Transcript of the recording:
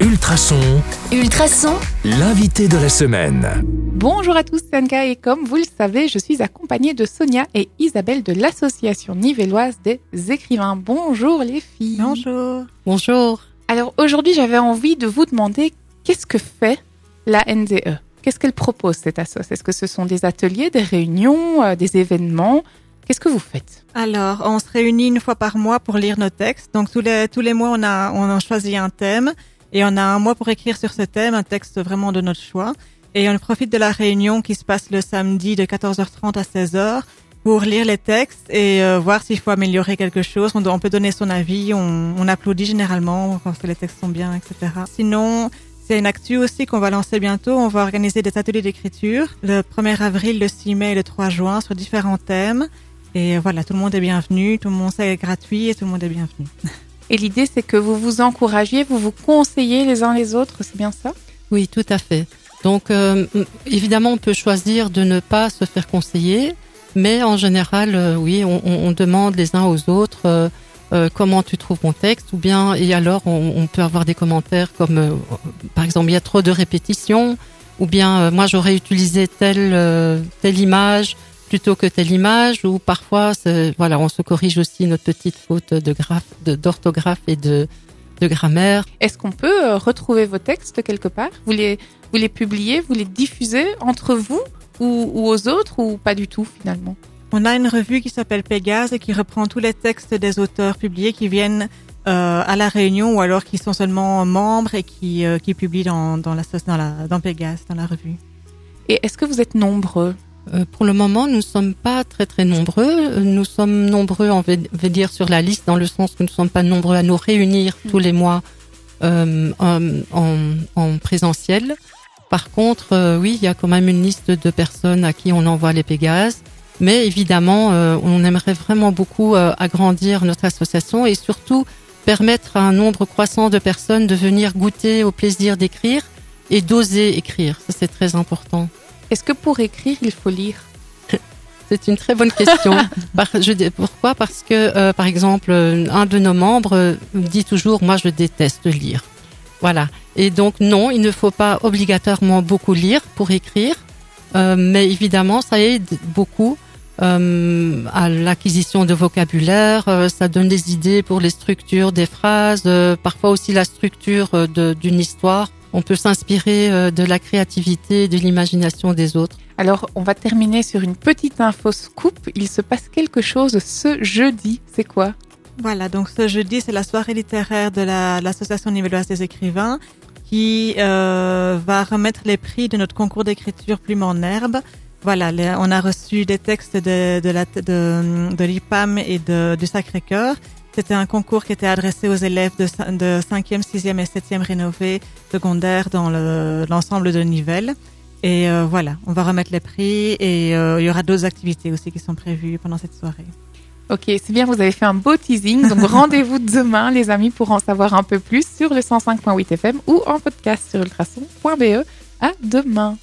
Ultrason, Ultrason, l'invité de la semaine. Bonjour à tous, c'est Anka et comme vous le savez, je suis accompagnée de Sonia et Isabelle de l'association nivelloise des écrivains. Bonjour les filles. Bonjour. bonjour. Alors aujourd'hui, j'avais envie de vous demander qu'est-ce que fait la NDE ? Qu'est-ce qu'elle propose cette association ? Est-ce que ce sont des ateliers, des réunions, des événements ? Qu'est-ce que vous faites ? Alors, on se réunit une fois par mois pour lire nos textes. Donc tous les mois, on a choisi un thème et on a un mois pour écrire sur ce thème, un texte vraiment de notre choix. Et on profite de la réunion qui se passe le samedi de 14h30 à 16h pour lire les textes et voir s'il faut améliorer quelque chose. On peut donner son avis, on applaudit généralement quand les textes sont bien, etc. Sinon, c'est une actu aussi qu'on va lancer bientôt. On va organiser des ateliers d'écriture le 1er avril, le 6 mai et le 3 juin sur différents thèmes. Et voilà, tout le monde est bienvenu, tout le monde c'est gratuit et tout le monde est bienvenu. Et l'idée, c'est que vous vous encouragiez, vous vous conseillez les uns les autres, c'est bien ça ? Oui, tout à fait. Donc, évidemment, on peut choisir de ne pas se faire conseiller, mais en général, oui, on demande les uns aux autres comment tu trouves mon texte, ou bien, et alors, on peut avoir des commentaires comme, par exemple, il y a trop de répétitions, ou bien, moi, j'aurais utilisé telle image plutôt que telle image, ou parfois, voilà, on se corrige aussi notre petite faute d'orthographe et de grammaire. Est-ce qu'on peut retrouver vos textes quelque part ? Vous les publiez, vous les diffusez entre vous ou aux autres ou pas du tout finalement ? On a une revue qui s'appelle Pégase et qui reprend tous les textes des auteurs publiés qui viennent à la réunion ou alors qui sont seulement membres et qui publient dans Pégase, dans la revue. Et est-ce que vous êtes nombreux ? Pour le moment, nous ne sommes pas très très nombreux. Nous sommes nombreux, on va dire, sur la liste, dans le sens que nous ne sommes pas nombreux à nous réunir tous les mois en présentiel. Par contre, oui, il y a quand même une liste de personnes à qui on envoie les Pégases. Mais évidemment, on aimerait vraiment beaucoup agrandir notre association et surtout permettre à un nombre croissant de personnes de venir goûter au plaisir d'écrire et d'oser écrire. Ça, c'est très important. Est-ce que pour écrire, il faut lire ? C'est une très bonne question. Pourquoi ? Parce que, par exemple, un de nos membres dit toujours « moi, je déteste lire ». Voilà. Et donc, non, il ne faut pas obligatoirement beaucoup lire pour écrire, mais évidemment, ça aide beaucoup à l'acquisition de vocabulaire, ça donne des idées pour les structures des phrases, parfois aussi la structure d'une histoire. On peut s'inspirer de la créativité et de l'imagination des autres. Alors, on va terminer sur une petite info scoop. Il se passe quelque chose ce jeudi. C'est quoi ? Voilà, donc ce jeudi, c'est la soirée littéraire de l'association nivelloise des écrivains qui va remettre les prix de notre concours d'écriture Plume en herbe. Voilà, on a reçu des textes de l'IPAM et du Sacré-Cœur. C'était un concours qui était adressé aux élèves de 5e, 6e et 7e rénovés secondaires dans l'ensemble de Nivelles. Et voilà, on va remettre les prix et il y aura d'autres activités aussi qui sont prévues pendant cette soirée. Ok, c'est bien, vous avez fait un beau teasing. Donc rendez-vous demain, les amis, pour en savoir un peu plus sur le 105.8 FM ou en podcast sur ultrason.be. À demain.